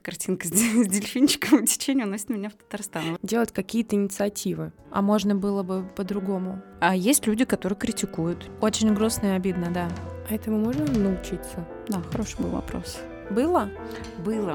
Картинка с дельфинчиком течение уносит меня в Татарстан. Делать какие-то инициативы. А можно было бы по-другому. А есть люди, которые критикуют. Очень грустно и обидно, да. А этому можно научиться? Да, хороший был вопрос. Было? Было.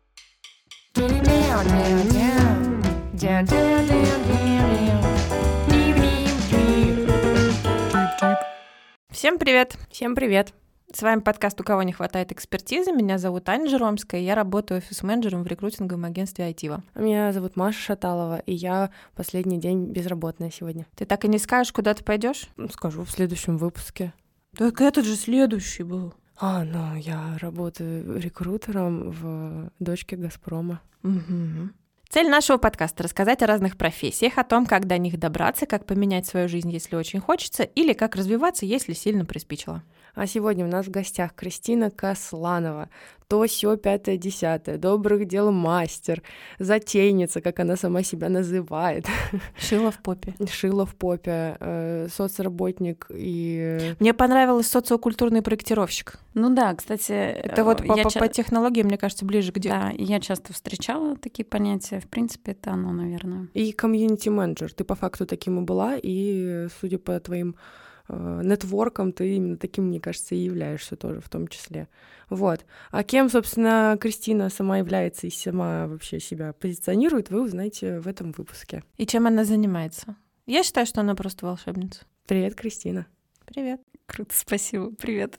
Всем привет! Всем привет! С вами подкаст «У кого не хватает экспертизы». Меня зовут Аня Жеромская, и я работаю офис-менеджером в рекрутинговом агентстве Айтива. Меня зовут Маша Шаталова, и я последний день безработная сегодня. Ты так и не скажешь, куда ты пойдешь? Скажу в следующем выпуске. Так этот же следующий был. Я работаю рекрутером в дочке «Газпрома». Угу. Цель нашего подкаста — рассказать о разных профессиях, о том, как до них добраться, как поменять свою жизнь, если очень хочется, или как развиваться, если сильно приспичило. А сегодня у нас в гостях Кристина Касланова, то сё 5-10, добрых дел мастер, затейница, как она сама себя называет. Шила в попе. Шила в попе, соцработник и... Мне понравилось социокультурный проектировщик. Ну да, кстати... Это вот по технологии, мне кажется, ближе к делу. Да, я часто встречала такие понятия. В принципе, это оно, наверное. И комьюнити-менеджер. Ты по факту таким и была, и, судя по твоим нетворком, ты именно таким, мне кажется, и являешься тоже в том числе. Вот. А кем, собственно, Кристина сама является и сама вообще себя позиционирует, вы узнаете в этом выпуске. И чем она занимается? Я считаю, что она просто волшебница. Привет, Кристина. Привет. Круто, спасибо. Привет.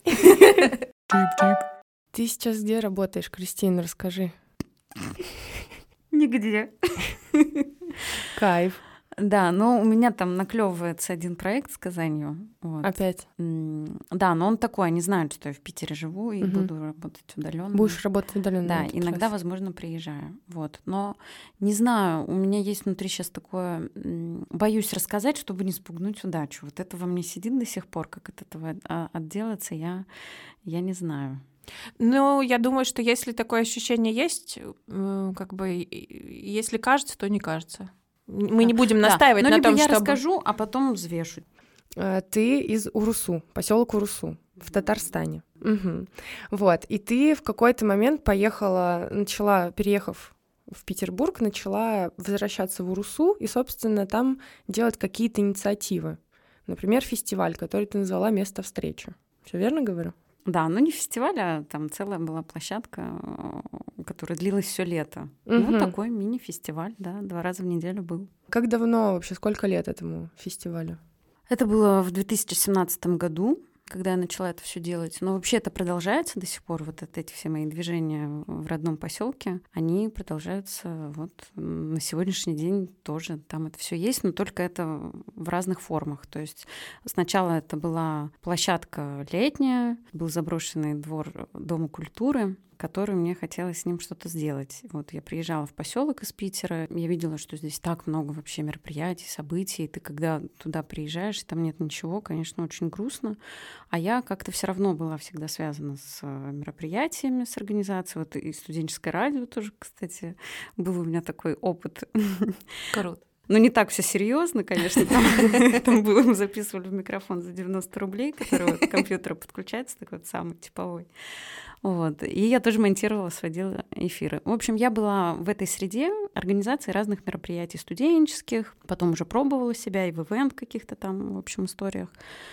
Ты сейчас где работаешь, Кристина? Расскажи. Нигде. Кайф. Да, но у меня там наклевывается один проект с Казанью. Вот. Опять? Да, но он такой, они знают, что я в Питере живу и буду работать удаленно. Будешь работать удаленно? Да, иногда, возможно, приезжаю. Вот. Но не знаю, у меня есть внутри сейчас такое... Боюсь рассказать, чтобы не спугнуть удачу. Вот это во мне сидит до сих пор, как от этого отделаться, я не знаю. Ну, я думаю, что если такое ощущение есть, если кажется, то не кажется. Мы не будем настаивать на том, я чтобы... расскажу, а потом взвешу. Ты из Урусу, поселок Урусу в Татарстане. Угу. Вот. И ты в какой-то момент переехав в Петербург, начала возвращаться в Урусу и, собственно, там делать какие-то инициативы. Например, фестиваль, который ты назвала «Место встречи». Все верно говорю? Да, не фестиваль, а там целая была площадка, которая длилась все лето. Ну, такой мини-фестиваль, да, 2 раза в неделю был. Как давно вообще, сколько лет этому фестивалю? Это было в 2017 году, когда я начала это все делать. Но вообще это продолжается до сих пор. Вот эти все мои движения в родном поселке, они продолжаются вот на сегодняшний день тоже. Там это все есть, но только это в разных формах. То есть сначала это была площадка летняя, был заброшенный двор Дома культуры, который мне хотелось с ним что-то сделать. Вот я приезжала в поселок из Питера, я видела, что здесь так много вообще мероприятий, событий. Ты когда туда приезжаешь, там нет ничего, конечно, очень грустно. А я как-то все равно была всегда связана с мероприятиями, с организацией. Вот и студенческое радио тоже, кстати, был у меня такой опыт. Круто. Не так все серьезно, конечно. Там было, мы записывали в микрофон за 90 рублей, который к компьютеру подключается, такой вот самый типовой. Вот. И я тоже монтировала, сводила эфиры. В общем, я была в этой среде организации разных мероприятий студенческих, потом уже пробовала себя и в ивент каких-то там, в общем, историях,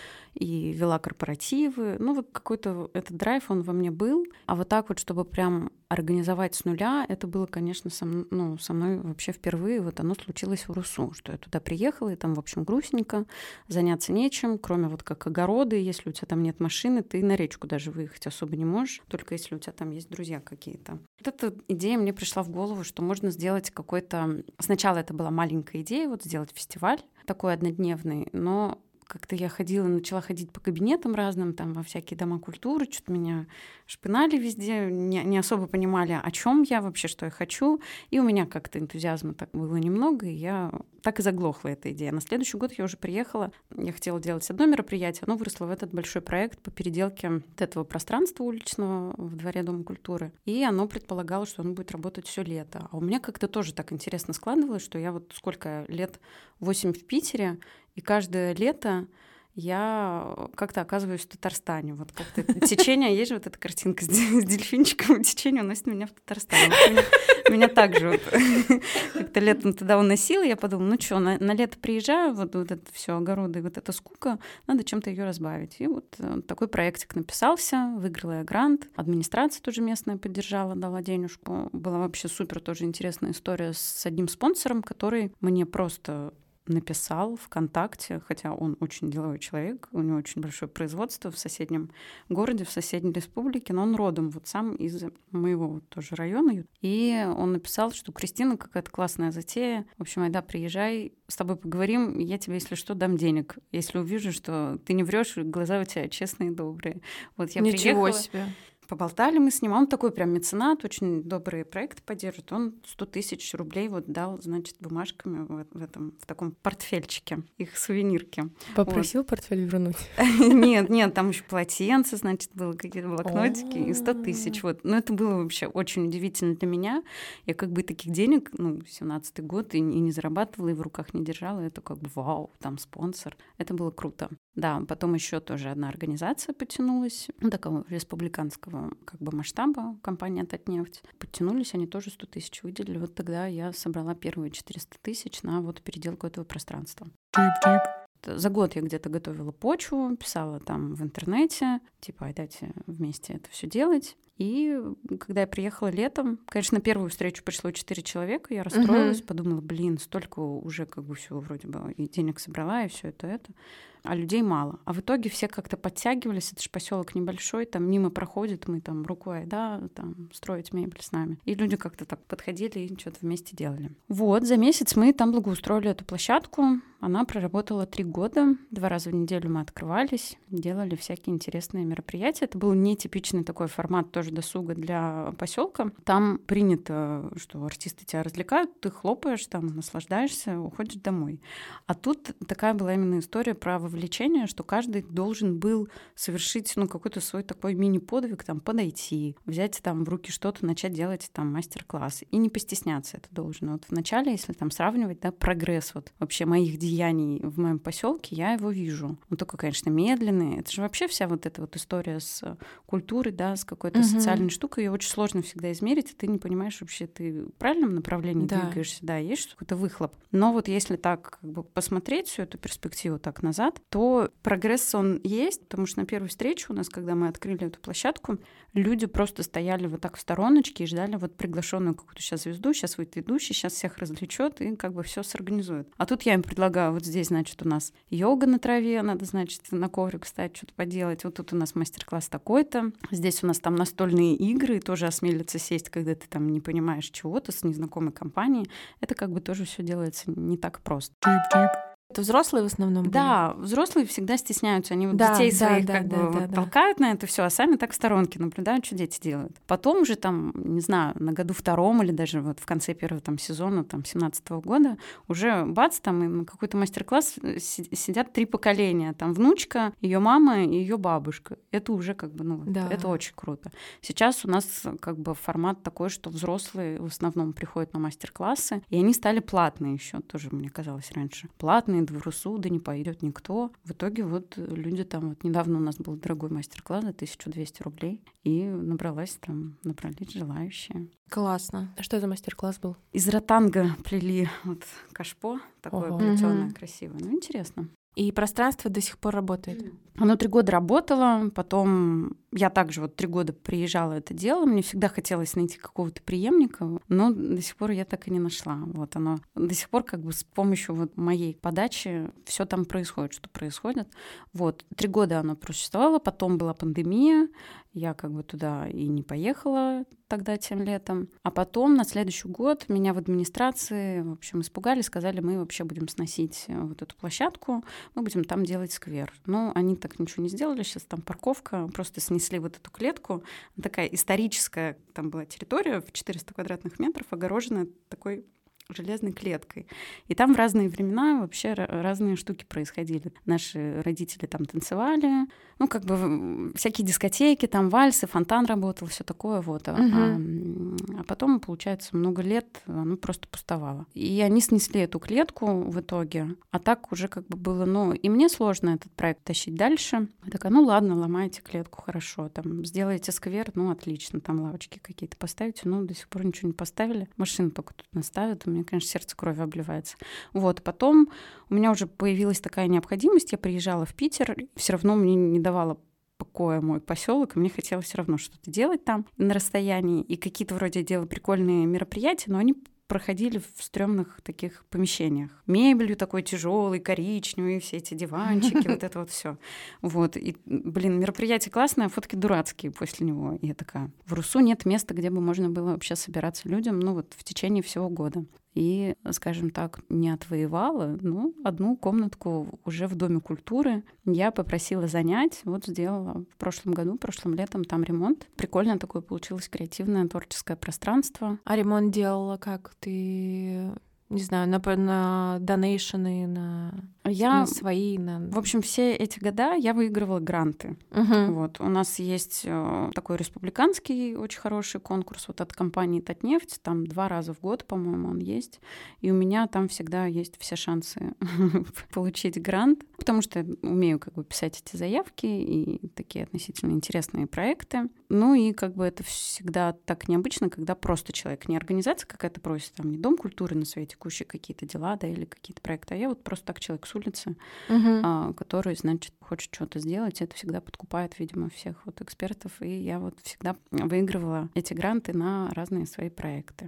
и вела корпоративы. Вот какой-то этот драйв, он во мне был. А вот так вот, чтобы прям организовать с нуля, это было, конечно, со мной вообще впервые. Вот оно случилось в Урусу, что я туда приехала, и там, в общем, грустненько, заняться нечем, кроме вот как огороды. Если у тебя там нет машины, ты на речку даже выехать особо не можешь, только если у тебя там есть друзья какие-то. Вот эта идея мне пришла в голову, что можно сделать какой-то... Сначала это была маленькая идея, вот сделать фестиваль такой однодневный, но как-то я начала ходить по кабинетам разным, там, во всякие дома культуры, что-то меня шпынали везде, не особо понимали, о чем я вообще, что я хочу. И у меня как-то энтузиазма так было немного, и я так и заглохла эта идея. На следующий год я уже приехала, я хотела делать одно мероприятие, оно выросло в этот большой проект по переделке вот этого пространства уличного в дворе Дома культуры. И оно предполагало, что оно будет работать все лето. А у меня как-то тоже так интересно складывалось, что я вот сколько лет, 8 в Питере, и каждое лето я как-то оказываюсь в Татарстане. Вот как-то течение, есть же вот эта картинка с дельфинчиком, течение уносит меня в Татарстан. Меня также вот как-то летом туда уносило, я подумала, ну что, на лето приезжаю, вот это все огороды, вот эта скука, надо чем-то ее разбавить. И вот такой проектик написался, выиграла я грант, администрация тоже местная поддержала, дала денежку. Была вообще супер тоже интересная история с одним спонсором, который мне просто написал ВКонтакте, хотя он очень деловой человек, у него очень большое производство в соседнем городе, в соседней республике, но он родом вот сам из моего вот тоже района. И он написал, что Кристина, какая-то классная затея. В общем, айда, приезжай, с тобой поговорим, я тебе, если что, дам денег. Если увижу, что ты не врешь, глаза у тебя честные и добрые. Вот я Ничего приехала. себе. Поболтали мы с ним, он такой прям меценат, очень добрые проекты поддерживает. Он 100 тысяч рублей вот дал, значит, бумажками в таком портфельчике, их сувенирки. Попросил портфель вернуть? Нет, там еще полотенце, значит, было какие-то блокнотики и 100 тысяч. Вот. Но это было вообще очень удивительно для меня. Я как бы таких денег, 17-й год, и не зарабатывала, и в руках не держала. Это как бы вау, там спонсор. Это было круто. Да, потом еще тоже одна организация подтянулась, такого республиканского как бы масштаба, компания «Татнефть». Подтянулись, они тоже 100 тысяч выделили. Вот тогда я собрала первые 400 тысяч на вот переделку этого пространства. За год я где-то готовила почву, писала там в интернете, типа, давайте вместе это все делать. И когда я приехала летом, конечно, на первую встречу пришло 4 человека, я расстроилась, подумала, столько уже как бы все вроде бы и денег собрала, и все это. А людей мало. А в итоге все как-то подтягивались, это же поселок небольшой, там мимо проходит, мы там рукой, там строить мебель с нами. И люди как-то так подходили и что-то вместе делали. Вот, за месяц мы там благоустроили эту площадку. Она проработала 3 года. 2 раза в неделю мы открывались, делали всякие интересные мероприятия. Это был нетипичный такой формат тоже досуга для поселка. Там принято, что артисты тебя развлекают, ты хлопаешь, там наслаждаешься, уходишь домой. А тут такая была именно история про вовлечение, что каждый должен был совершить какой-то свой такой мини-подвиг, там, подойти, взять там в руки что-то, начать делать там мастер-класс. И не постесняться это должен. Вот вначале, если там сравнивать, прогресс вот вообще моих деяний в моем поселке, я его вижу. Он только, конечно, медленный. Это же вообще вся вот эта вот история с культурой, с какой-то социальной штукой. Ее очень сложно всегда измерить, и ты не понимаешь вообще, ты в правильном направлении двигаешься, есть какой-то выхлоп. Но вот если так как бы посмотреть всю эту перспективу так назад, то прогресс он есть, потому что на первой встрече у нас, когда мы открыли эту площадку, люди просто стояли вот так в стороночке и ждали вот приглашенную какую-то сейчас звезду, сейчас выйдет ведущий, сейчас всех развлечет и как бы все сорганизует. А тут я им предлагаю, вот здесь, значит, у нас йога на траве, надо, значит, на коврик встать, что-то поделать. Вот тут у нас мастер-класс такой-то. Здесь у нас там настольные игры, тоже осмелиться сесть, когда ты там не понимаешь чего-то с незнакомой компанией. Это как бы тоже все делается не так просто. Это взрослые в основном были? Да, взрослые всегда стесняются. Они детей своих толкают на это все, а сами так в сторонке наблюдают, что дети делают. Потом уже там, не знаю, на году 2 или даже вот в конце первого там сезона, там, 17-го года, уже бац, там и на какой-то мастер-класс сидят 3 поколения. Там внучка, ее мама и ее бабушка. Это уже как бы, это очень круто. Сейчас у нас как бы формат такой, что взрослые в основном приходят на мастер-классы, и они стали платные еще, тоже мне казалось раньше. Платные, в РУСУ, не пойдет никто. В итоге вот люди там, вот недавно у нас был дорогой мастер-класс за 1200 рублей, и набрались желающие. Классно. А что за мастер-класс был? Из ротанга плели вот кашпо, такое плетёное, красивое. Интересно. И пространство до сих пор работает? Оно 3 года работало, потом я также вот 3 года приезжала это дело, мне всегда хотелось найти какого-то преемника, но до сих пор я так и не нашла. Вот оно до сих пор как бы с помощью вот моей подачи все там происходит, что происходит. Вот 3 года оно просуществовало, потом была пандемия, я как бы туда и не поехала тогда тем летом. А потом на следующий год меня в администрации, в общем, испугали, сказали, мы вообще будем сносить вот эту площадку, мы будем там делать сквер. Но они так ничего не сделали, сейчас там парковка, просто снесли вот эту клетку. Такая историческая, там была территория в 400 квадратных метров, огороженная такой железной клеткой. И там в разные времена вообще разные штуки происходили. Наши родители там танцевали, ну, как бы всякие дискотеки, там вальсы, фонтан работал, все такое вот. А потом, получается, много лет оно просто пустовало. И они снесли эту клетку в итоге, а так уже как бы было, ну, и мне сложно этот проект тащить дальше. Я такая, ну, ладно, ломайте клетку, хорошо, там, сделайте сквер, ну, отлично, там лавочки какие-то поставите, ну, до сих пор ничего не поставили. Машину только тут наставят, у меня, конечно, сердце кровью обливается. Вот, потом у меня уже появилась такая необходимость, я приезжала в Питер, все равно мне не давало покоя мой поселок, и мне хотелось все равно что-то делать там на расстоянии, и какие-то вроде делала прикольные мероприятия, но они проходили в стрёмных таких помещениях. Мебелью такой тяжелой, коричневой, все эти диванчики, вот это вот все. Вот. И, блин, мероприятие классное, а фотки дурацкие после него. И я такая, в РУСУ нет места, где бы можно было вообще собираться людям, ну вот в течение всего года. И, скажем так, не отвоевала, ну, одну комнатку уже в Доме культуры я попросила занять. Вот сделала в прошлом году, прошлым летом там ремонт. Прикольно такое получилось креативное творческое пространство. А ремонт делала как? Ты, не знаю, на донейшены, на свои, В общем, все эти года я выигрывала гранты. Вот. У нас есть такой республиканский очень хороший конкурс вот от компании «Татнефть». Там 2 раза в год, по-моему, он есть. И у меня там всегда есть все шансы получить грант, потому что я умею как бы писать эти заявки и такие относительно интересные проекты. Ну и как бы это всегда так необычно, когда просто человек, не организация какая-то просит, там не Дом культуры на свои текущие какие-то дела, да, или какие-то проекты, а я вот просто так человек с улицы, который, значит, хочет что-то сделать. Это всегда подкупает, видимо, всех вот экспертов. И я вот всегда выигрывала эти гранты на разные свои проекты.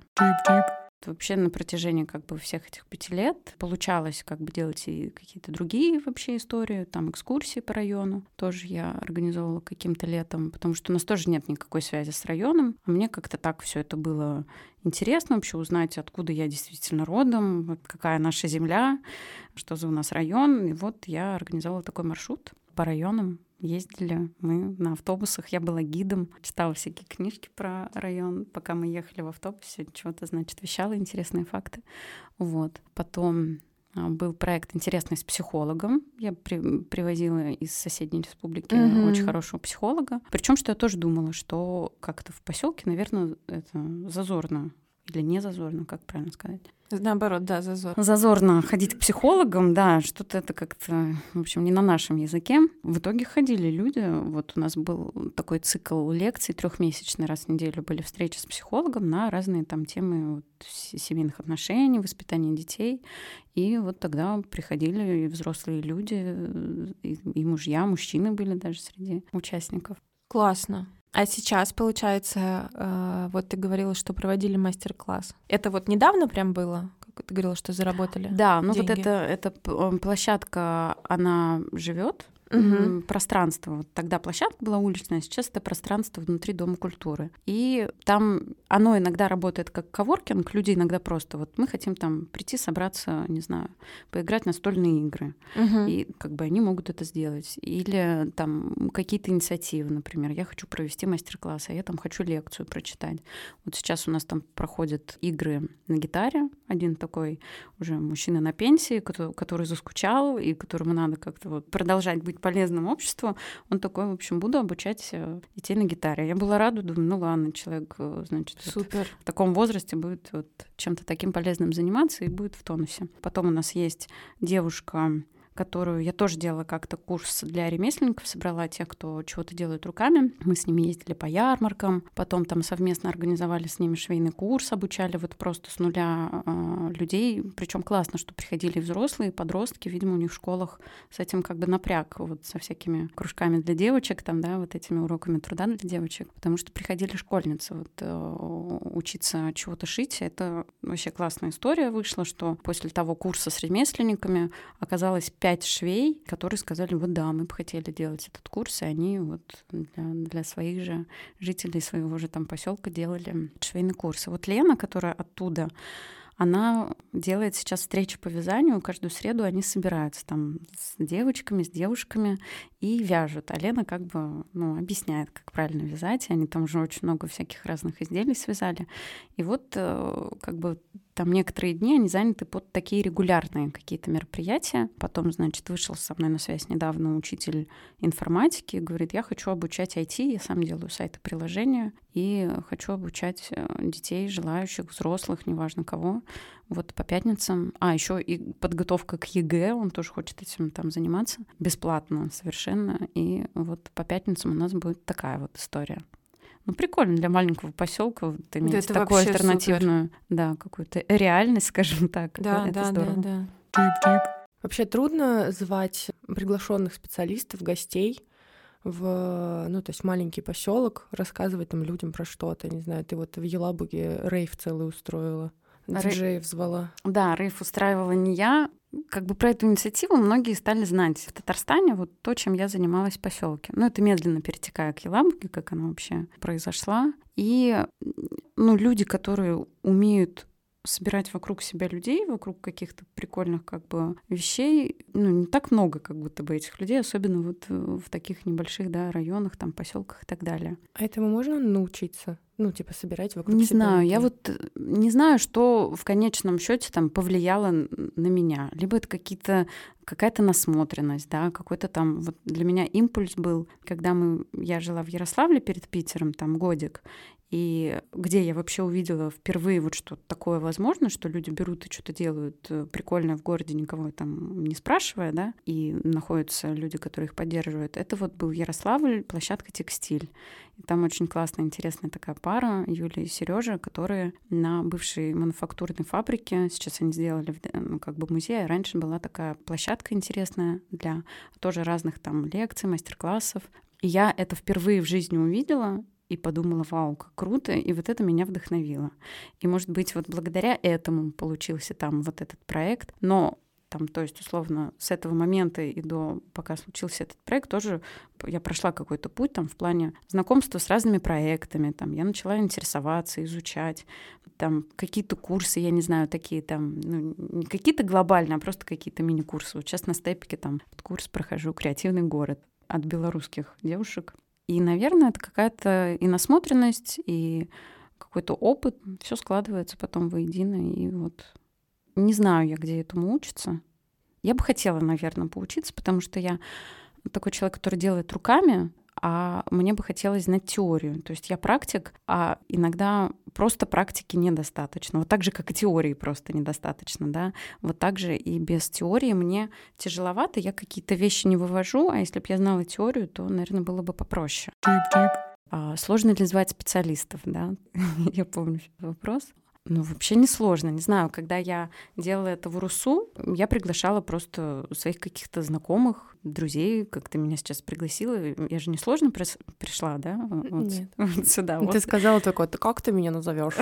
Вообще на протяжении как бы всех этих 5 лет получалось как бы делать и какие-то другие вообще истории, там экскурсии по району тоже я организовывала каким-то летом, потому что у нас тоже нет никакой связи с районом, а мне как-то так все это было интересно вообще узнать, откуда я действительно родом, вот какая наша земля, что за у нас район, и вот я организовала такой маршрут по районам. Ездили мы на автобусах, я была гидом, читала всякие книжки про район, пока мы ехали в автобусе, чего-то, значит, вещала, интересные факты. Вот. Потом был проект интересный с психологом. Я привозила из соседней республики очень хорошего психолога. Причем, что я тоже думала, что как-то в поселке, наверное, это зазорно. Или не зазорно, как правильно сказать? Наоборот, да, зазорно. Зазорно ходить к психологам, да, что-то это как-то, в общем, не на нашем языке. В итоге ходили люди. Вот у нас был такой цикл лекций 3-месячный, раз в неделю были встречи с психологом на разные там темы вот, семейных отношений, воспитания детей. И вот тогда приходили и взрослые люди, и мужья, мужчины были даже среди участников. Классно. А сейчас, получается, вот ты говорила, что проводили мастер-класс. Это вот недавно прям было? Как ты говорила, что заработали? Да, ну деньги? вот эта площадка, она живет. Пространство. Вот тогда площадка была уличная, сейчас это пространство внутри Дома культуры. И там оно иногда работает как коворкинг, люди иногда просто вот мы хотим там прийти, собраться, не знаю, поиграть в настольные игры. И как бы они могут это сделать. Или там какие-то инициативы, например, я хочу провести мастер-класс, а я там хочу лекцию прочитать. Вот сейчас у нас там проходят игры на гитаре. Один такой уже мужчина на пенсии, который заскучал и которому надо как-то вот продолжать быть полезным обществу, он такой, в общем, буду обучать детей на гитаре. Я была рада, думаю, ну ладно, человек, значит, Супер. Вот в таком возрасте будет вот чем-то таким полезным заниматься и будет в тонусе. Потом у нас есть девушка, которую я тоже делала как-то курс для ремесленников, собрала тех, кто чего-то делает руками. Мы с ними ездили по ярмаркам, потом там совместно организовали с ними швейный курс, обучали вот просто с нуля людей. Причем классно, что приходили взрослые, подростки, видимо, у них в школах с этим как бы напряг, вот со всякими кружками для девочек, там, да, вот этими уроками труда для девочек, потому что приходили школьницы вот учиться чего-то шить. Это вообще классная история вышла, что после того курса с ремесленниками оказалось 5 швей, которые сказали, вот да, мы бы хотели делать этот курс, и они вот для своих же жителей своего же там поселка делали швейный курс. И вот Лена, которая оттуда, она делает сейчас встречи по вязанию. Каждую среду они собираются там с девочками, с девушками и вяжут. А Лена как бы объясняет, как правильно вязать. Они там уже очень много всяких разных изделий связали. И вот как бы там некоторые дни они заняты под такие регулярные какие-то мероприятия. Потом, значит, вышел со мной на связь недавно учитель информатики, говорит, я хочу обучать IT, я сам делаю сайты, приложения, и хочу обучать детей, желающих, взрослых, неважно кого, вот по пятницам. Еще и подготовка к ЕГЭ, он тоже хочет этим там заниматься, бесплатно совершенно, и вот по пятницам у нас будет такая вот история. Прикольно для маленького поселка вот иметь такую альтернативную, какую-то реальность, скажем так. Это здорово. Да. Вообще трудно звать приглашенных специалистов, гостей то есть маленький поселок, рассказывать там людям про что-то. Не знаю, ты вот в Елабуге рейв целый устроила, диджеев звала. Да, рейв устраивала не я. Как бы про эту инициативу многие стали знать. В Татарстане вот то, чем я занималась в поселке. Это медленно перетекая к Елабуге, как она вообще произошла. И люди, которые умеют собирать вокруг себя людей, вокруг каких-то прикольных как бы вещей, не так много как будто бы этих людей, особенно вот в таких небольших районах, там, поселках и так далее. А этому можно научиться? Собирать вокруг не себя. Не знаю, я вот не знаю, что в конечном счете там повлияло на меня. Либо это какая-то насмотренность, какой-то там... Вот для меня импульс был, когда я жила в Ярославле перед Питером, там годик, и где я вообще увидела впервые вот что такое возможно, что люди берут и что-то делают прикольное в городе, никого там не спрашивая, и находятся люди, которые их поддерживают. Это вот был Ярославль, площадка «Текстиль». И там очень классная, интересная такая пара, Юля и Сережа, которые на бывшей мануфактурной фабрике, сейчас они сделали как бы музей, а раньше была такая площадка интересная для тоже разных там лекций, мастер-классов. И я это впервые в жизни увидела, и подумала, вау, как круто, и вот это меня вдохновило. И, может быть, вот благодаря этому получился там вот этот проект, но там, то есть, условно, с этого момента и до, пока случился этот проект, тоже я прошла какой-то путь там в плане знакомства с разными проектами, там я начала интересоваться, изучать, там какие-то курсы, я не знаю, такие там, не какие-то глобальные, а просто какие-то мини-курсы. Вот сейчас на степике там курс прохожу «Креативный город» от белорусских девушек. И, наверное, это какая-то и насмотренность, и какой-то опыт. Все складывается потом воедино. И вот не знаю я, где этому учиться. Я бы хотела, наверное, поучиться, потому что я такой человек, который делает руками, а мне бы хотелось знать теорию. То есть я практик, а иногда просто практики недостаточно. Вот так же, как и теории просто недостаточно, да. Вот так же и без теории мне тяжеловато, я какие-то вещи не вывожу, а если бы я знала теорию, то, наверное, было бы попроще. Сложно ли звать специалистов, да? Я помню вопрос. Вообще не сложно. Не знаю, когда я делала это в РУСУ, я приглашала просто своих каких-то знакомых, друзей, как ты меня сейчас пригласила. Я же не сложно пришла, да? Нет. Вот сюда. Ты сказала такое, как ты меня назовешь?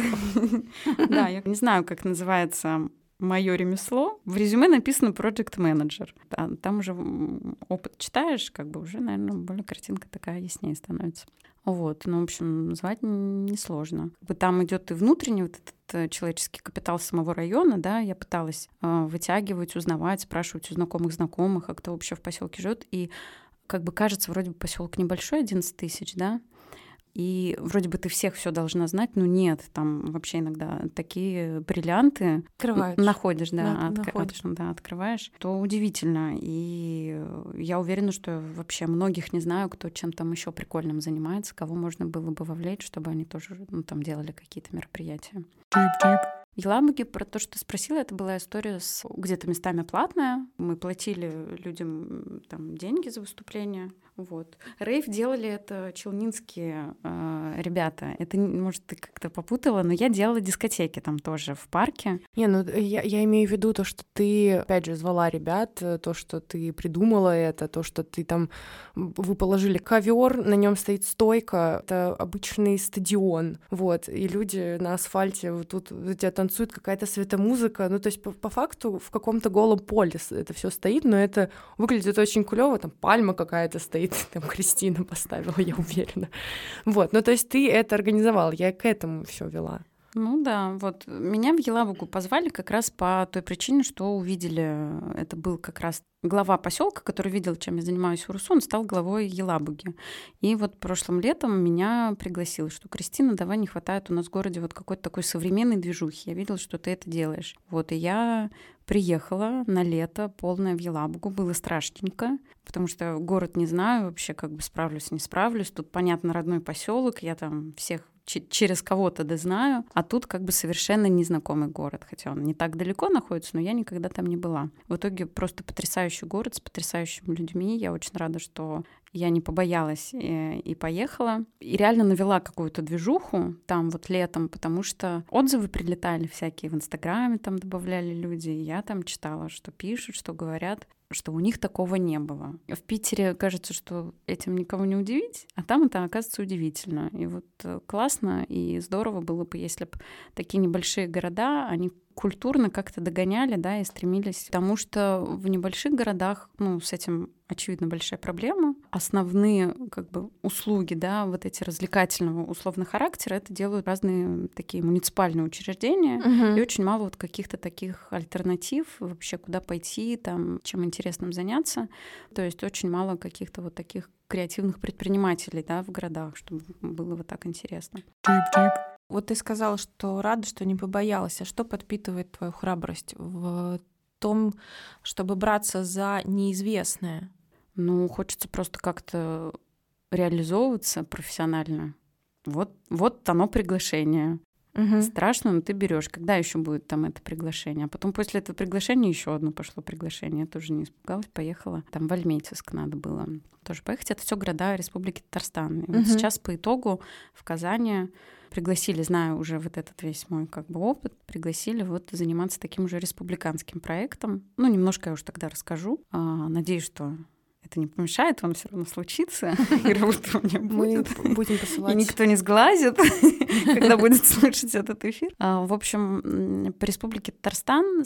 Да, я не знаю, как называется мое ремесло. В резюме написано Project Manager. Там уже опыт читаешь, как бы уже, наверное, более картинка такая яснее становится. Вот, в общем, звать несложно. Там идет и внутренний вот этот человеческий капитал самого района, да, я пыталась вытягивать, узнавать, спрашивать у знакомых, а кто вообще в поселке живет. И как бы кажется, вроде бы поселок небольшой, 11 тысяч, да, и вроде бы ты всех все должна знать, но нет, там вообще иногда такие бриллианты находишь, да, открываешь, то удивительно. И я уверена, что вообще многих не знаю, кто чем там еще прикольным занимается, кого можно было бы вовлечь, чтобы они тоже там делали какие-то мероприятия. В Елабуге, про то, что ты спросила, это была история где-то местами платная. Мы платили людям там деньги за выступление. Вот. Рейв делали это челнинские ребята. Это, может, ты как-то попутала, но я делала дискотеки там тоже в парке. Я имею в виду то, что ты, опять же, звала ребят, то, что ты придумала это, то, что ты там... Вы положили ковер, на нем стоит стойка, это обычный стадион, вот, и люди на асфальте, вот тут у тебя танцует какая-то светомузыка, то есть по факту в каком-то голом поле это все стоит, но это выглядит очень клево, там пальма какая-то стоит, там Кристина поставила, я уверена. Вот, то есть ты это организовал, я к этому все вела. Ну да, вот меня в Елабугу позвали как раз по той причине, что увидели, это был как раз глава поселка, который видел, чем я занимаюсь в РУСУ, он стал главой Елабуги. И вот прошлым летом меня пригласил, что Кристина, давай, не хватает у нас в городе вот какой-то такой современной движухи. Я видела, что ты это делаешь. Вот, и я приехала на лето полное в Елабугу. Было страшненько, потому что город не знаю вообще, как бы справлюсь, не справлюсь. Тут, понятно, родной поселок, я там всех через кого-то знаю, а тут как бы совершенно незнакомый город, хотя он не так далеко находится, но я никогда там не была. В итоге просто потрясающий город с потрясающими людьми. Я очень рада, что я не побоялась и поехала. И реально навела какую-то движуху там вот летом, потому что отзывы прилетали всякие в Инстаграме, там добавляли люди, и я там читала, что пишут, что говорят, что у них такого не было. В Питере кажется, что этим никого не удивить, а там это оказывается удивительно. И вот классно и здорово было бы, если бы такие небольшие города, они культурно как-то догоняли, да, и стремились, потому что в небольших городах, ну, с этим очевидно большая проблема. Основные как бы услуги, да, вот эти развлекательного условного характера, это делают разные такие муниципальные учреждения, и очень мало вот каких-то таких альтернатив вообще, куда пойти, там, чем интересным заняться. То есть очень мало каких-то вот таких креативных предпринимателей, да, в городах, чтобы было вот так интересно. Вот ты сказала, что рада, что не побоялась. А что подпитывает твою храбрость в том, чтобы браться за неизвестное? Ну, хочется просто как-то реализовываться профессионально. Вот оно приглашение. Страшно, но ты берешь. Когда еще будет там это приглашение? А потом после этого приглашения еще одно пошло приглашение. Я тоже не испугалась, поехала. Там в Альметьевск надо было тоже поехать. Это все города Республики Татарстан. И вот сейчас по итогу в Казани пригласили, знаю уже вот этот весь мой как бы опыт, пригласили вот заниматься таким же республиканским проектом. Ну, немножко я уж тогда расскажу. Надеюсь, что это не помешает, он все равно случится, и работа у меня будет. Мы будем посылать. И никто не сглазит, когда будет слушать этот эфир. В общем, по Республике Татарстан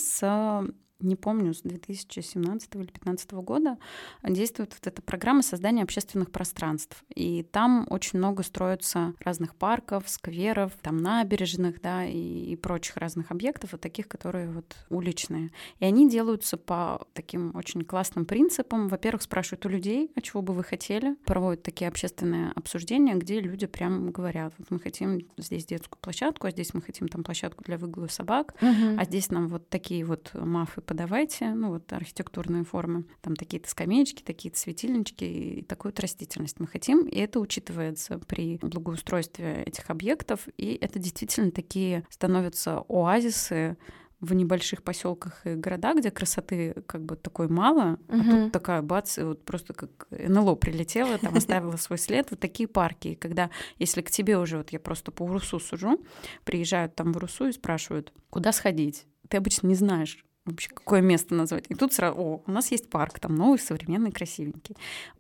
не помню, с 2017 или 2015 года действует вот эта программа создания общественных пространств. И там очень много строится разных парков, скверов, там набережных, да, и прочих разных объектов, вот таких, которые вот уличные. И они делаются по таким очень классным принципам. Во-первых, спрашивают у людей, а чего бы вы хотели. Проводят такие общественные обсуждения, где люди прям говорят, вот мы хотим здесь детскую площадку, а здесь мы хотим там площадку для выгула собак, а здесь нам вот такие вот мафы подавайте, ну вот архитектурные формы, там такие-то скамеечки, такие-то светильнички и такую-то растительность мы хотим, и это учитывается при благоустройстве этих объектов, и это действительно такие становятся оазисы в небольших поселках и городах, где красоты как бы такой мало, а тут такая бац, и вот просто как НЛО прилетела, там оставила свой след, вот такие парки. И когда, если к тебе уже, вот я просто по УРУСу сужу, приезжают там в УРУСу и спрашивают, куда сходить? Ты обычно не знаешь вообще, какое место назвать. И тут сразу, у нас есть парк, там новый, современный, красивенький.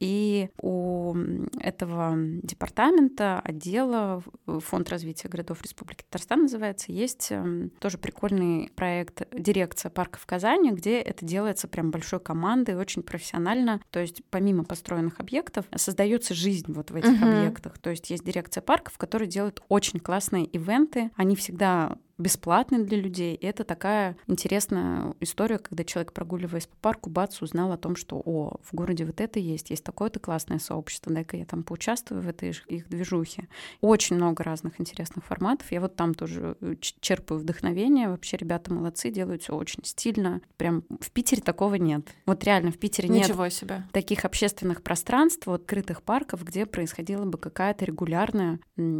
И у этого департамента, отдела, Фонд развития городов Республики Татарстан называется, есть тоже прикольный проект «Дирекция парка в Казани», где это делается прям большой командой, очень профессионально. То есть помимо построенных объектов создается жизнь вот в этих объектах. То есть есть дирекция парков, которая делает очень классные ивенты. Они всегда бесплатный для людей. И это такая интересная история, когда человек, прогуливаясь по парку, бац, узнал о том, что в городе вот это есть такое-то классное сообщество, дай-ка я там поучаствую в этой их движухе. Очень много разных интересных форматов. Я вот там тоже черпаю вдохновение. Вообще ребята молодцы, делают все очень стильно. Прям в Питере такого нет. Вот реально в Питере нет таких общественных пространств, вот, открытых парков, где происходила бы какая-то регулярная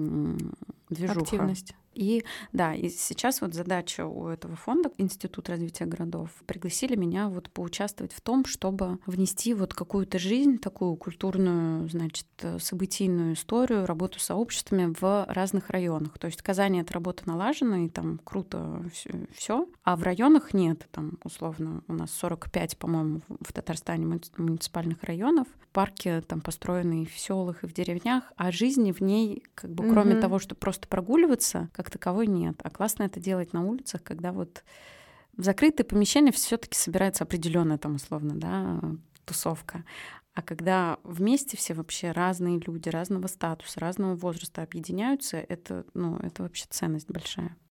движуха. Активность. И да, и сейчас вот задача у этого фонда Институт развития городов пригласили меня вот поучаствовать в том, чтобы внести вот какую-то жизнь, такую культурную, значит, событийную историю, работу с сообществами в разных районах. То есть в Казани эта работа налажена, и там круто все, а в районах нет. Там условно у нас 45, по-моему, в Татарстане муниципальных районов. Парки там построены и в селах, и в деревнях, а жизни в ней, как бы, кроме того, что просто прогуливаться, как таковой нет. А классно это делать на улицах, когда вот в закрытые помещения все-таки собирается определенная там условно, да, тусовка. А когда вместе все вообще разные люди, разного статуса, разного возраста объединяются, это вообще ценность большая.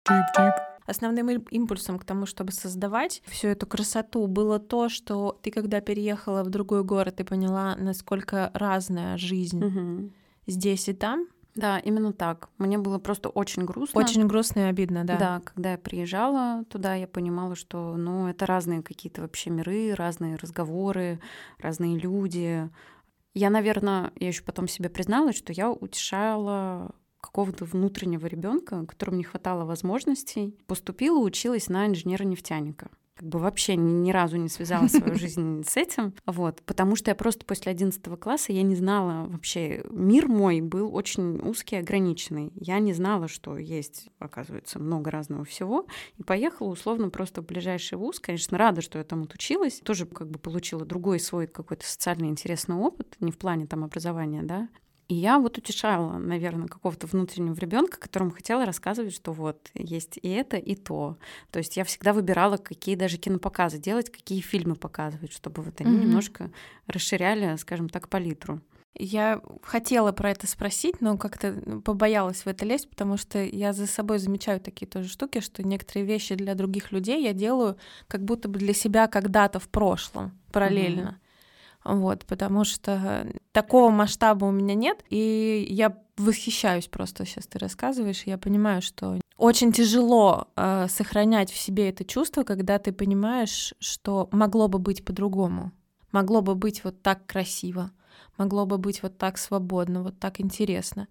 Основным импульсом к тому, чтобы создавать всю эту красоту, было то, что ты, когда переехала в другой город, ты поняла, насколько разная жизнь здесь и там. Да, именно так. Мне было просто очень грустно. Очень грустно и обидно, да. Да, когда я приезжала туда, я понимала, что, это разные какие-то вообще миры, разные разговоры, разные люди. Я, наверное, я еще потом себе призналась, что я утешала какого-то внутреннего ребенка, которому не хватало возможностей. Поступила, училась на инженера-нефтяника. Вообще ни разу не связала свою жизнь с этим. Потому что я просто после 11 класса я не знала вообще. Мир мой был очень узкий, ограниченный. Я не знала, что есть, оказывается, много разного всего. И поехала условно просто в ближайший вуз. Конечно, рада, что я там отучилась. Тоже получила другой свой какой-то социально интересный опыт. Не в плане там образования, да. И я утешала, наверное, какого-то внутреннего ребенка, которому хотела рассказывать, что есть и это, и то. То есть я всегда выбирала, какие даже кинопоказы делать, какие фильмы показывать, чтобы они немножко расширяли, скажем так, палитру. Я хотела про это спросить, но как-то побоялась в это лезть, потому что я за собой замечаю такие тоже штуки, что некоторые вещи для других людей я делаю как будто бы для себя когда-то в прошлом, параллельно. Потому что такого масштаба у меня нет, и я восхищаюсь просто, сейчас ты рассказываешь, и я понимаю, что очень тяжело сохранять в себе это чувство, когда ты понимаешь, что могло бы быть по-другому, могло бы быть вот так красиво, могло бы быть вот так свободно, вот так интересно.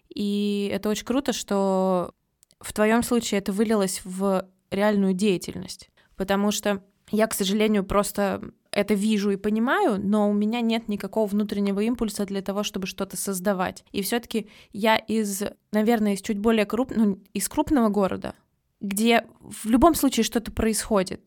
И это очень круто, что в твоем случае это вылилось в реальную деятельность, потому что я, к сожалению, просто это вижу и понимаю, но у меня нет никакого внутреннего импульса для того, чтобы что-то создавать. И все-таки я наверное, из чуть более из крупного города, где в любом случае что-то происходит.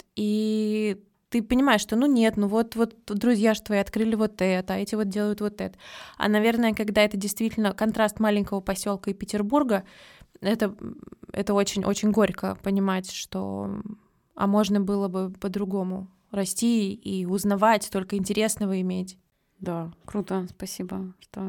И ты понимаешь, что вот друзья ж твои открыли вот это, а эти делают вот это. А, наверное, когда это действительно контраст маленького поселка и Петербурга, это очень-очень горько понимать, что можно было бы по-другому расти и узнавать, столько интересного иметь. Да, круто, спасибо, что...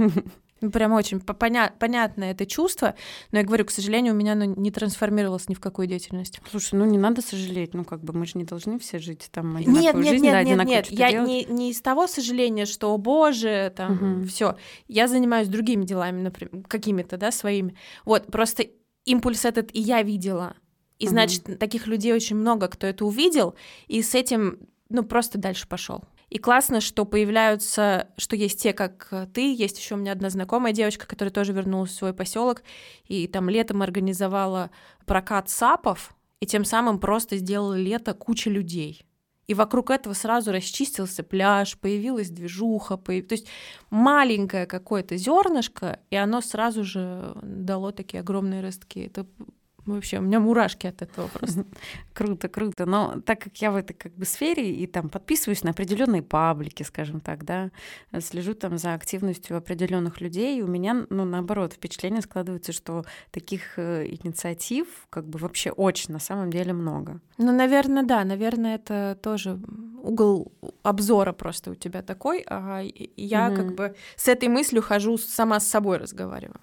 Прям очень понятно это чувство, но я говорю, к сожалению, у меня оно не трансформировалось ни в какую деятельность. Слушай, не надо сожалеть, мы же не должны все жить там одинаковую жизнь, нет, я не из того сожаления, что, о боже, там, все. Я занимаюсь другими делами, например, какими-то, да, своими. Просто импульс этот и я видела. И значит, таких людей очень много, кто это увидел, и с этим, просто дальше пошел. И классно, что появляются, что есть те, как ты, есть еще у меня одна знакомая девочка, которая тоже вернулась в свой поселок, и там летом организовала прокат САПов, и тем самым просто сделала лето куча людей. И вокруг этого сразу расчистился пляж, появилась движуха, то есть маленькое какое-то зернышко, и оно сразу же дало такие огромные ростки. Это вообще, у меня мурашки от этого просто. Круто, круто. Но так как я в этой сфере и там подписываюсь на определенные паблики, скажем так, да, слежу там за активностью определенных людей, у меня, наоборот, впечатление складывается, что таких инициатив вообще очень на самом деле много. Наверное, да, наверное, это тоже угол обзора просто у тебя такой, а я с этой мыслью хожу, сама с собой разговариваю.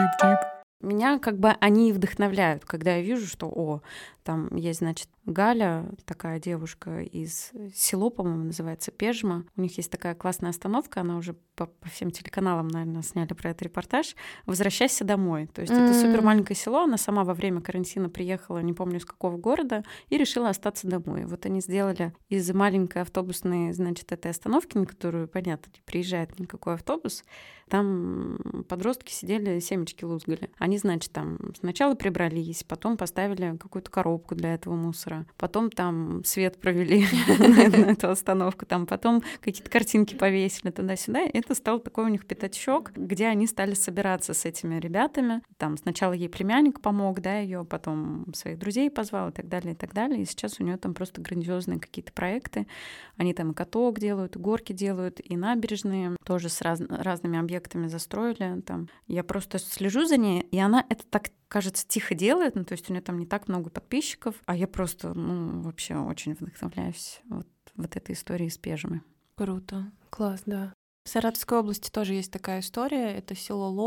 Меня они вдохновляют, когда я вижу, что, там есть, значит, Галя, такая девушка из село, по-моему, называется Пежма. У них есть такая классная остановка, она уже по всем телеканалам, наверное, сняли про это репортаж. «Возвращайся домой». То есть это супер маленькое село, она сама во время карантина приехала, не помню из какого города, и решила остаться домой. Они сделали из маленькой автобусной, значит, этой остановки, на которую, понятно, не приезжает никакой автобус, там подростки сидели, семечки лузгали. Они, значит, там сначала прибрались, потом поставили какую-то коробку для этого мусора, потом там свет провели на эту остановку, там потом какие-то картинки повесили туда-сюда. И это стал такой у них пятачок, где они стали собираться с этими ребятами. Там сначала ей племянник помог, да, ее, потом своих друзей позвал и так далее, и так далее. И сейчас у нее там просто грандиозные какие-то проекты. Они там и каток делают, и горки делают, и набережные тоже с разными объектами застроили. Там. Я просто слежу за ней, и она это так, кажется, тихо делает, то есть у нее там не так много подписчиков, а я просто, вообще очень вдохновляюсь вот этой историей с Пежмой. Круто. Класс, да. В Саратовской области тоже есть такая история, это село Лох,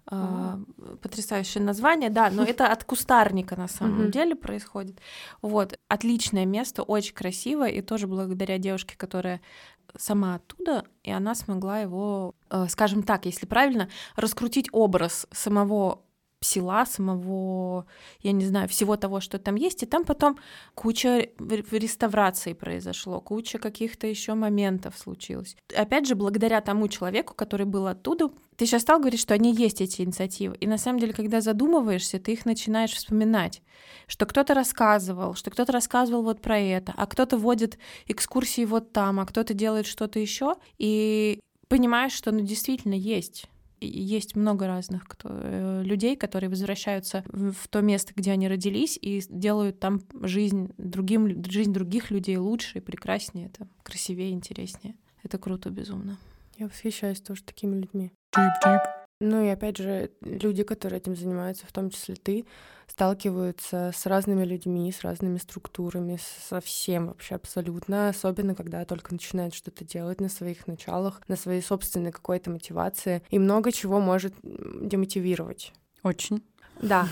Потрясающее название, да, но это от кустарника на самом деле происходит. Вот, отличное место, очень красиво, и тоже благодаря девушке, которая сама оттуда, и она смогла его, скажем так, если правильно, раскрутить образ самого села, самого, я не знаю, всего того, что там есть, и там потом куча реставраций произошло, куча каких-то еще моментов случилось. Опять же, благодаря тому человеку, который был оттуда, ты сейчас стал говорить, что они есть, эти инициативы, и на самом деле, когда задумываешься, ты их начинаешь вспоминать, что кто-то рассказывал вот про это, а кто-то водит экскурсии вот там, а кто-то делает что-то еще, и понимаешь, что действительно есть много разных людей, которые возвращаются в то место, где они родились, и делают там жизнь других людей лучше и прекраснее, это красивее, интереснее. Это круто безумно. Я восхищаюсь тоже такими людьми. Ну и опять же, люди, которые этим занимаются, в том числе ты, сталкиваются с разными людьми, с разными структурами, со всем вообще абсолютно, особенно когда только начинают что-то делать на своих началах, на своей собственной какой-то мотивации, и много чего может демотивировать. Очень. Да.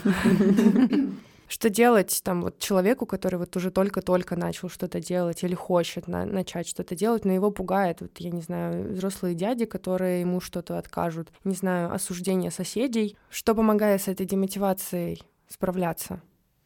Что делать там вот человеку, который вот уже только-только начал что-то делать или хочет начать что-то делать, но его пугает, вот, я не знаю, взрослые дяди, которые ему что-то откажут, не знаю, осуждение соседей. Что помогает с этой демотивацией справляться?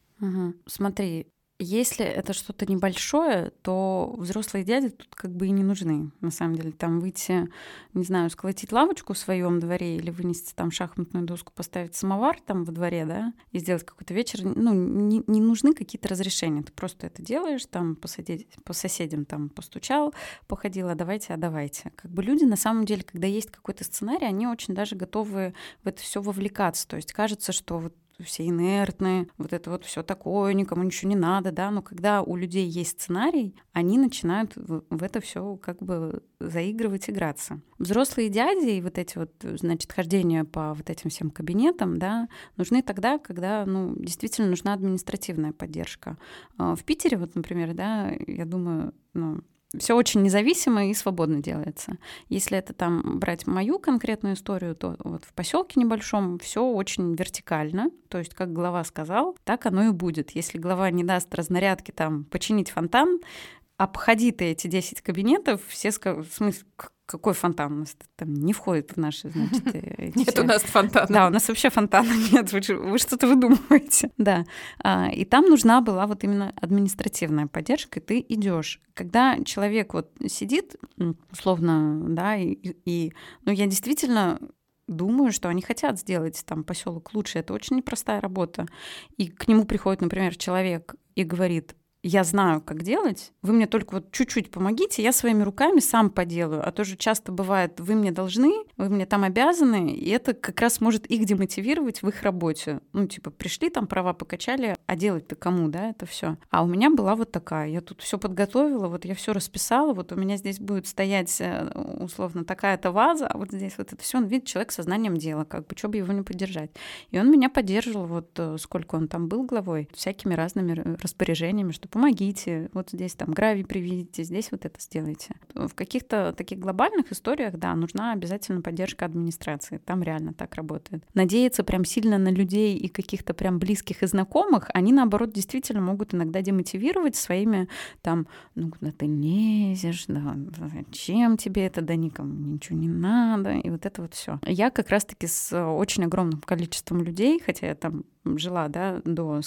Смотри, если это что-то небольшое, то взрослые дяди тут как бы и не нужны. На самом деле, там выйти, не знаю, сколотить лавочку в своем дворе или вынести там шахматную доску, поставить самовар там во дворе, да, и сделать какой-то вечер. Ну, не нужны какие-то разрешения. Ты просто это делаешь, там по соседям там постучал, походила, давайте. Как бы люди на самом деле, когда есть какой-то сценарий, они очень даже готовы в это все вовлекаться. То есть кажется, что вот все инертные, вот это вот все такое, никому ничего не надо, да, но когда у людей есть сценарий, они начинают в это все как бы заигрывать, играться. Взрослые дяди и вот эти вот, значит, хождения по вот этим всем кабинетам, да, нужны тогда, когда, действительно нужна административная поддержка. В Питере, вот, например, да, я думаю, все очень независимо и свободно делается. Если это там брать мою конкретную историю, то вот в поселке небольшом все очень вертикально. То есть, как глава сказал, так оно и будет. Если глава не даст разнарядки там починить фонтан, обходи ты эти 10 кабинетов, все скажут, в смысле, какой фонтан? У нас там не входит в наши, значит, Нет у нас фонтана. Да, у нас вообще фонтана нет, вы что-то выдумываете. Да. И там нужна была вот именно административная поддержка, и ты идешь. Когда человек вот сидит, условно, да, и я действительно думаю, что они хотят сделать там поселок лучше. Это очень непростая работа. И к нему приходит, например, человек и говорит: я знаю, как делать, вы мне только вот чуть-чуть помогите, я своими руками сам поделаю. А то же часто бывает, вы мне должны, вы мне там обязаны, и это как раз может их демотивировать в их работе. Пришли там, права покачали, а делать-то кому, да, это все. А у меня была вот такая, я тут все подготовила, вот я все расписала, вот у меня здесь будет стоять условно такая-то ваза, а вот здесь вот это все. Он видит, человек со знанием дела, как бы, что бы его не поддержать. И он меня поддерживал, вот сколько он там был главой, всякими разными распоряжениями, что помогите, вот здесь там гравий приведите, здесь вот это сделайте. В каких-то таких глобальных историях, да, нужна обязательно поддержка администрации. Там реально так работает. Надеяться прям сильно на людей и каких-то прям близких и знакомых, они, наоборот, действительно могут иногда демотивировать своими там, куда ты лезешь, да, зачем тебе это, да никому ничего не надо, и вот это вот все. Я как раз-таки с очень огромным количеством людей, хотя я там жила, да, до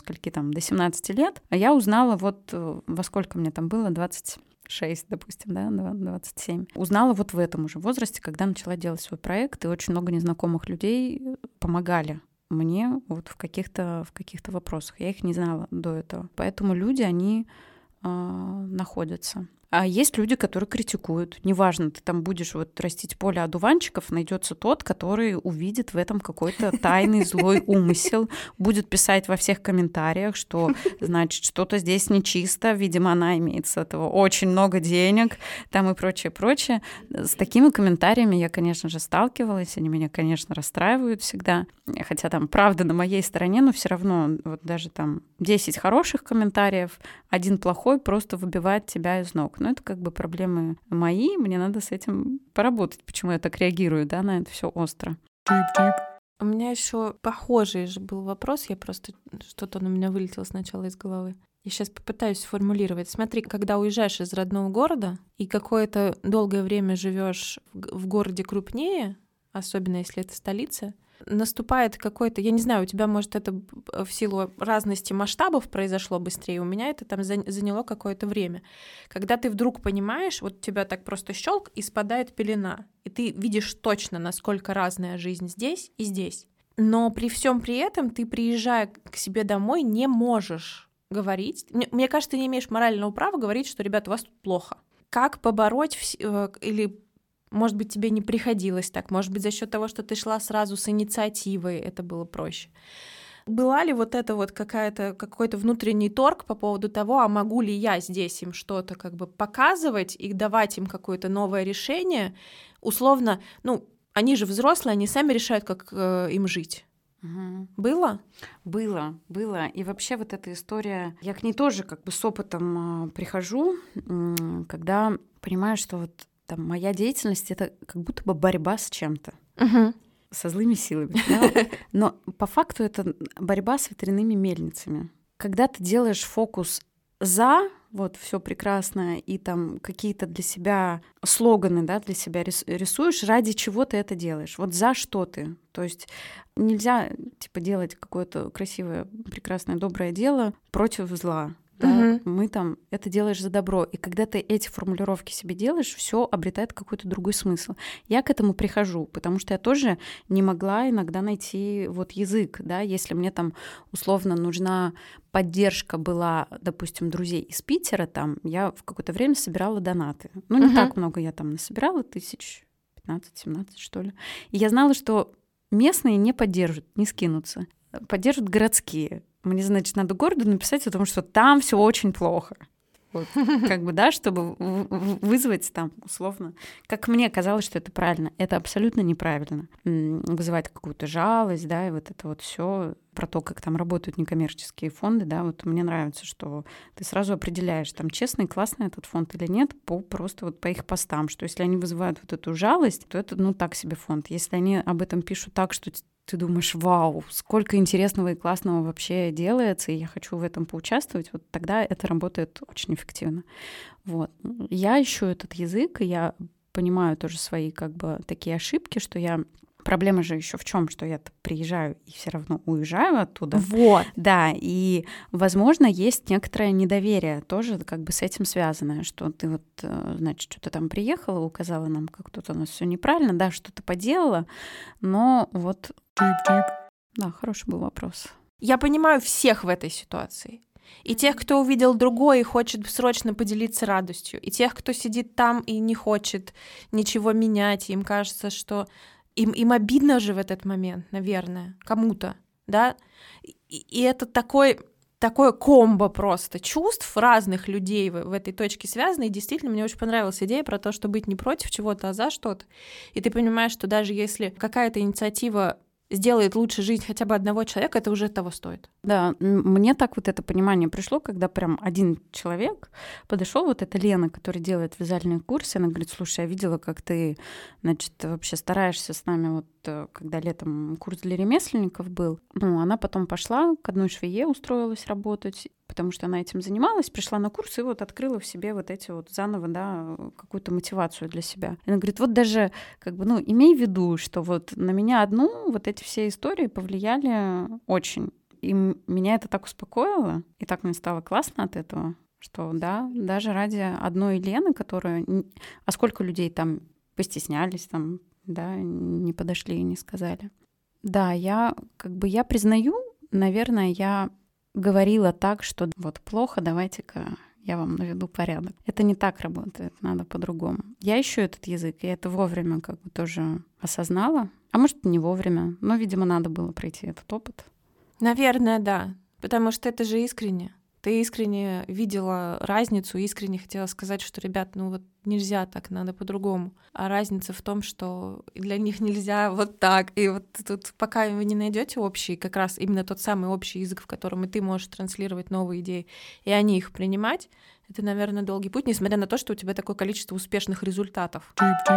17 лет, а я узнала вот во сколько мне там было, 26, допустим, да, 27. Узнала вот в этом уже возрасте, когда начала делать свой проект, и очень много незнакомых людей помогали мне вот в каких-то вопросах. Я их не знала до этого. Поэтому люди, они находятся. А есть люди, которые критикуют. Неважно, ты там будешь вот растить поле одуванчиков, найдется тот, который увидит в этом какой-то тайный злой умысел, будет писать во всех комментариях, что, значит, что-то здесь нечисто, видимо, она имеет с этого очень много денег, там и прочее. С такими комментариями я, конечно же, сталкивалась, они меня, конечно, расстраивают всегда, хотя там правда на моей стороне, но все равно вот даже там 10 хороших комментариев, один плохой просто выбивает тебя из ног. Но это как бы проблемы мои, мне надо с этим поработать, почему я так реагирую, да, на это все остро. У меня еще похожий же был вопрос, я просто что-то он у меня вылетело сначала из головы. Я сейчас попытаюсь сформулировать. Смотри, когда уезжаешь из родного города и какое-то долгое время живешь в городе крупнее, особенно если это столица, наступает какой-то, я не знаю, у тебя, может, это в силу разности масштабов произошло быстрее, у меня это там заняло какое-то время. Когда ты вдруг понимаешь, вот тебя так просто щелк и спадает пелена, и ты видишь точно, насколько разная жизнь здесь и здесь. Но при всем при этом ты, приезжая к себе домой, не можешь говорить. Мне кажется, ты не имеешь морального права говорить, что, ребята, у вас тут плохо. Как побороть или может быть, тебе не приходилось так, может быть, за счет того, что ты шла сразу с инициативой, это было проще. Была ли вот это вот какой-то внутренний торг по поводу того, а могу ли я здесь им что-то как бы показывать и давать им какое-то новое решение? Условно, они же взрослые, они сами решают, как им жить. Угу. Было? Было. И вообще вот эта история, я к ней тоже как бы с опытом прихожу, когда понимаю, что вот там моя деятельность — это как будто бы борьба с чем-то, со злыми силами. Да? Но по факту это борьба с ветряными мельницами. Когда ты делаешь фокус за вот все прекрасное и там какие-то для себя слоганы, да, для себя рисуешь, ради чего ты это делаешь, вот за что ты. То есть нельзя типа делать какое-то красивое, прекрасное, доброе дело против зла. Да, мы там это делаешь за добро. И когда ты эти формулировки себе делаешь, все обретает какой-то другой смысл. Я к этому прихожу, потому что я тоже не могла иногда найти вот язык, да, если мне там условно нужна поддержка была, допустим, друзей из Питера, там я в какое-то время собирала донаты. Не так много я там насобирала, 15-17, что ли. И я знала, что местные не поддержат, не скинутся. Поддержат городские. Мне, значит, надо городу написать о том, что там все очень плохо. Вот, как бы, да, чтобы вызвать там, условно, как мне казалось, что это правильно. Это абсолютно неправильно. Вызывать какую-то жалость, да, и вот это вот все про то, как там работают некоммерческие фонды, да, вот мне нравится, что ты сразу определяешь, там, честный, классный этот фонд или нет, просто вот по их постам, что если они вызывают вот эту жалость, то это, так себе фонд. Если они об этом пишут так, что ты думаешь, вау, сколько интересного и классного вообще делается, и я хочу в этом поучаствовать, вот тогда это работает очень эффективно. Вот. Я ищу этот язык, и я понимаю тоже свои как бы такие ошибки, что я... Проблема же еще в чем, что я приезжаю и все равно уезжаю оттуда. Вот. Да, и, возможно, есть некоторое недоверие тоже как бы с этим связанное, что ты вот, значит, что-то там приехала, указала нам, как тут у нас все неправильно, да, что-то поделала, но вот... Да, хороший был вопрос. Я понимаю всех в этой ситуации. И тех, кто увидел другое и хочет срочно поделиться радостью, и тех, кто сидит там и не хочет ничего менять, и им кажется, что им обидно же в этот момент, наверное, кому-то, да? И это такое комбо просто чувств разных людей в этой точке связаны, и действительно мне очень понравилась идея про то, что быть не против чего-то, а за что-то. И ты понимаешь, что даже если какая-то инициатива сделает лучше жизнь хотя бы одного человека, это уже того стоит. Да, мне так вот это понимание пришло, когда прям один человек подошел, вот эта Лена, которая делает вязальные курсы, она говорит, слушай, я видела, как ты, значит, вообще стараешься с нами, вот когда летом курс для ремесленников был. Она потом пошла к одной швее, устроилась работать, потому что она этим занималась, пришла на курс и вот открыла в себе вот эти вот заново, да, какую-то мотивацию для себя. И она говорит, вот даже, как бы, имей в виду, что вот на меня одну вот эти все истории повлияли очень. И меня это так успокоило, и так мне стало классно от этого, что, да, даже ради одной Лены, которая... А сколько людей там постеснялись, там, да, не подошли и не сказали. Да, я признаю, наверное, я говорила так, что вот плохо, давайте-ка я вам наведу порядок. Это не так работает, надо по-другому. Я ищу этот язык, и это вовремя как бы тоже осознала. А может, не вовремя, но, видимо, надо было пройти этот опыт. Наверное, да, потому что это же искренне. Ты искренне видела разницу, искренне хотела сказать, что, ребят, вот нельзя так, надо по-другому. А разница в том, что для них нельзя вот так. И вот тут, пока вы не найдете общий, как раз именно тот самый общий язык, в котором и ты можешь транслировать новые идеи, и они их принимать, это, наверное, долгий путь, несмотря на то, что у тебя такое количество успешных результатов.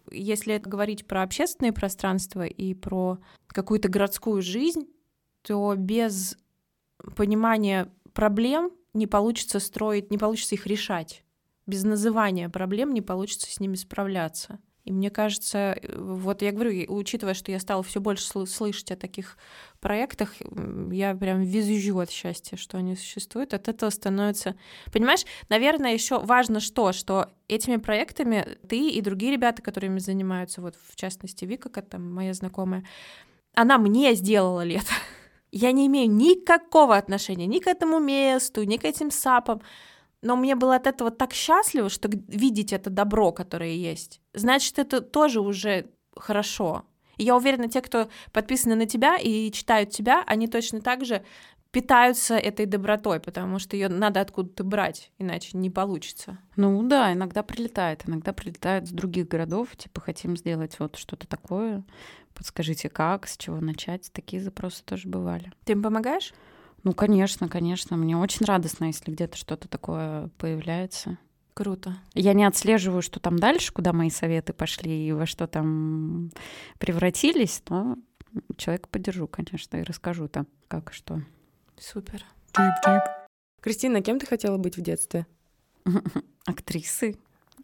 если говорить про общественные пространства и про какую-то городскую жизнь, то без понимания проблем не получится строить, не получится их решать. Без называния проблем не получится с ними справляться. И мне кажется, вот я говорю, учитывая, что я стала все больше слышать о таких проектах, я прям визжу от счастья, что они существуют. От этого становится... Понимаешь, наверное, еще важно что этими проектами ты и другие ребята, которыми занимаются, вот в частности Вика, как там моя знакомая, она мне сделала лето. Я не имею никакого отношения ни к этому месту, ни к этим САПам. Но мне было от этого так счастливо, что видеть это добро, которое есть. Значит, это тоже уже хорошо. И я уверена, те, кто подписаны на тебя и читают тебя, они точно так же питаются этой добротой, потому что ее надо откуда-то брать, иначе не получится. Ну да, иногда прилетают с других городов, типа хотим сделать вот что-то такое, подскажите как, с чего начать. Такие запросы тоже бывали. Ты им помогаешь? Ну, конечно. Мне очень радостно, если где-то что-то такое появляется. Круто. Я не отслеживаю, что там дальше, куда мои советы пошли и во что там превратились, но человека поддержу, конечно, и расскажу там, как и что. Супер. Кристина, кем ты хотела быть в детстве? Актрисой.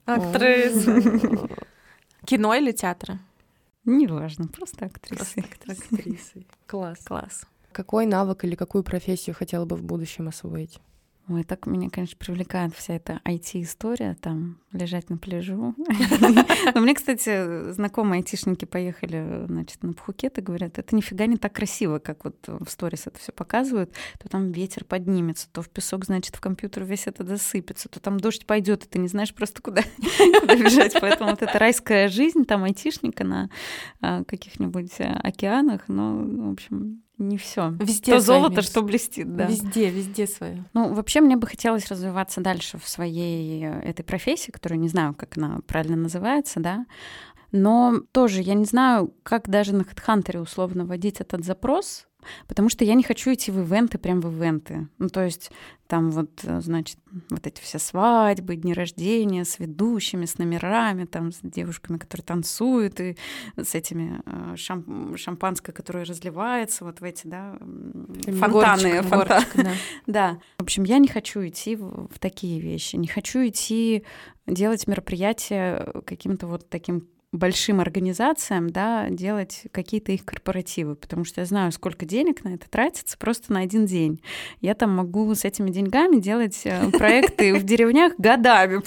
Кино или театра? Неважно, просто актрисой. Актрисой. Класс. Класс. Какой навык или какую профессию хотела бы в будущем освоить? Ой, так меня, конечно, привлекает вся эта IT-история, там, лежать на пляжу. Но мне, кстати, знакомые айтишники поехали, значит, на Пхукет и говорят, это нифига не так красиво, как вот в сторис это все показывают. То там ветер поднимется, то в песок, значит, в компьютер весь это засыпется, то там дождь пойдет, и ты не знаешь просто, куда бежать. Поэтому вот эта райская жизнь там айтишника на каких-нибудь океанах, ну, в общем... Не все. Везде то золото, что блестит, да. Везде свое. Ну, вообще, мне бы хотелось развиваться дальше в своей этой профессии, которую не знаю, как она правильно называется, да. Но тоже я не знаю, как даже на HeadHunter условно вводить этот запрос, потому что я не хочу идти в ивенты, прям в ивенты. Ну, то есть там вот, значит, вот эти все свадьбы, дни рождения с ведущими, с номерами, там, с девушками, которые танцуют, и с этими шампанское, которое разливается, вот в эти, да, фонтаны. Горочка, да. Да. В общем, я не хочу идти в такие вещи, не хочу идти делать мероприятия каким-то вот таким большим организациям, да, делать какие-то их корпоративы, потому что я знаю, сколько денег на это тратится просто на один день. Я там могу с этими деньгами делать проекты в деревнях годами.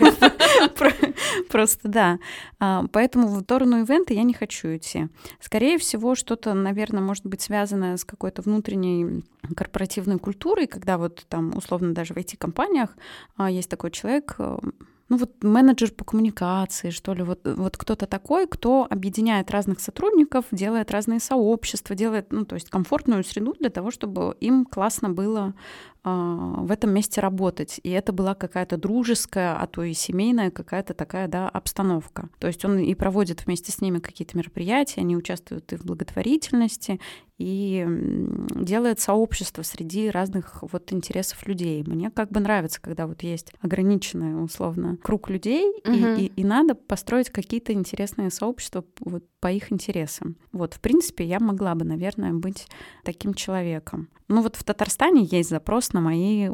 Просто, да. Поэтому в сторону ивента я не хочу идти. Скорее всего, что-то, наверное, может быть связано с какой-то внутренней корпоративной культурой, когда вот там, условно, даже в IT-компаниях есть такой человек, ну вот менеджер по коммуникации, что ли, вот кто-то такой, кто объединяет разных сотрудников, делает разные сообщества, делает, ну, то есть комфортную среду для того, чтобы им классно было в этом месте работать. И это была какая-то дружеская, а то и семейная какая-то такая, да, обстановка. То есть он и проводит вместе с ними какие-то мероприятия, они участвуют и в благотворительности, и делает сообщество среди разных вот интересов людей. Мне как бы нравится, когда вот есть ограниченный, условно, круг людей, и надо построить какие-то интересные сообщества вот по их интересам. Вот, в принципе, я могла бы, наверное, быть таким человеком. Ну вот в Татарстане есть запрос на мои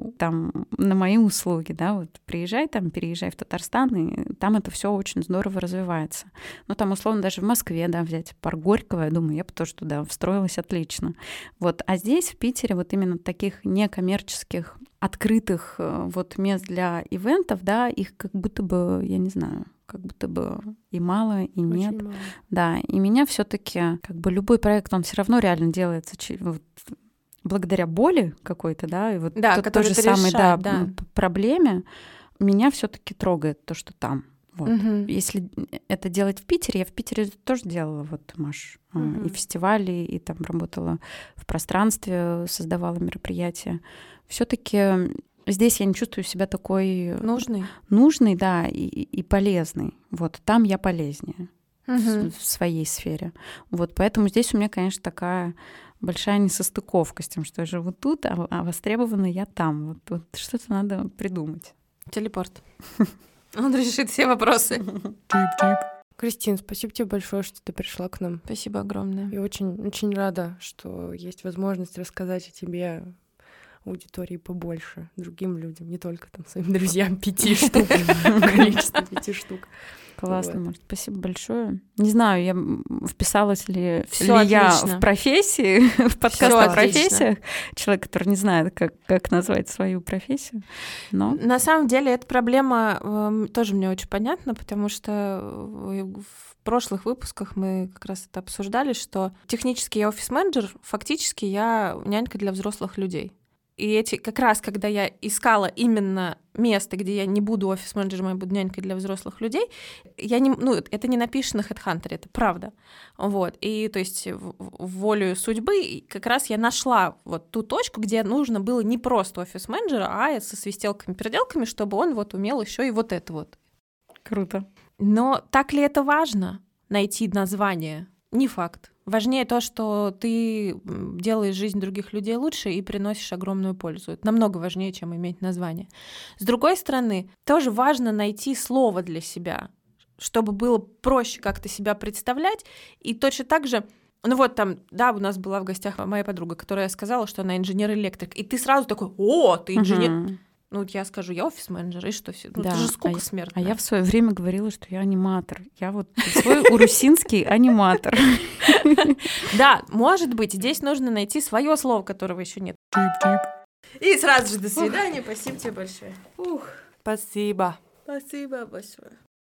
услуги, да, вот переезжай в Татарстан, и там это все очень здорово развивается. Ну там, условно, даже в Москве, да, взять парк Горького, я думаю, я бы тоже туда встроилась отлично. Вот, а здесь, в Питере, вот именно таких некоммерческих, открытых вот мест для ивентов, да, их как будто бы, я не знаю, как будто бы и мало, и нет. Очень мало. Да, и меня все-таки как бы любой проект, он все равно реально делается вот, благодаря боли какой-то, да, и вот да, тот же самый, решает, да, проблеме, меня все-таки трогает то, что там. Вот. Если это делать в Питере, я в Питере тоже делала, вот, Маш, и фестивали, и там работала в пространстве, создавала мероприятия. Все-таки здесь я не чувствую себя такой нужной, да, и полезной. Вот там я полезнее в своей сфере. Вот поэтому здесь у меня, конечно, такая большая несостыковка с тем, что я живу тут, а востребована я там. Вот что-то надо придумать. Телепорт. Он решит все вопросы. Кристин, спасибо тебе большое, что ты пришла к нам. Спасибо огромное. И очень рада, что есть возможность рассказать о тебе аудитории побольше, другим людям, не только там своим друзьям 5 штук, количество 5 штук. Классно, Март, спасибо большое. Не знаю, я вписалась ли Всё я отлично. в профессии, в подкаст Всё о отлично. профессиях. Человек, который не знает, как назвать свою профессию. Но На самом деле эта проблема тоже мне очень понятна, потому что в прошлых выпусках мы как раз это обсуждали, что технически я офис-менеджер, фактически я нянька для взрослых людей. И как раз, когда я искала именно место, где я не буду офис-менеджером, я буду нянькой для взрослых людей, это не написано на HeadHunter, это правда. Вот. И то есть волею судьбы как раз я нашла вот ту точку, где нужно было не просто офис-менеджера, а со свистелками-переделками, чтобы он вот умел еще и вот это вот. круто. Но так ли это важно, найти название? Не факт. Важнее то, что ты делаешь жизнь других людей лучше и приносишь огромную пользу. Это намного важнее, чем иметь название. С другой стороны, тоже важно найти слово для себя, чтобы было проще как-то себя представлять. И точно так же, у нас была в гостях моя подруга, которая сказала, что она инженер-электрик. И ты сразу такой: о, ты инженер. Я скажу, я офис-менеджер, и что все? Да. Это же скука смертная. А я в свое время говорила, что я аниматор. Я вот свой урусинский аниматор. Да, может быть, здесь нужно найти свое слово, которого еще нет. И сразу же до свидания. Спасибо тебе большое. Спасибо. Спасибо большое.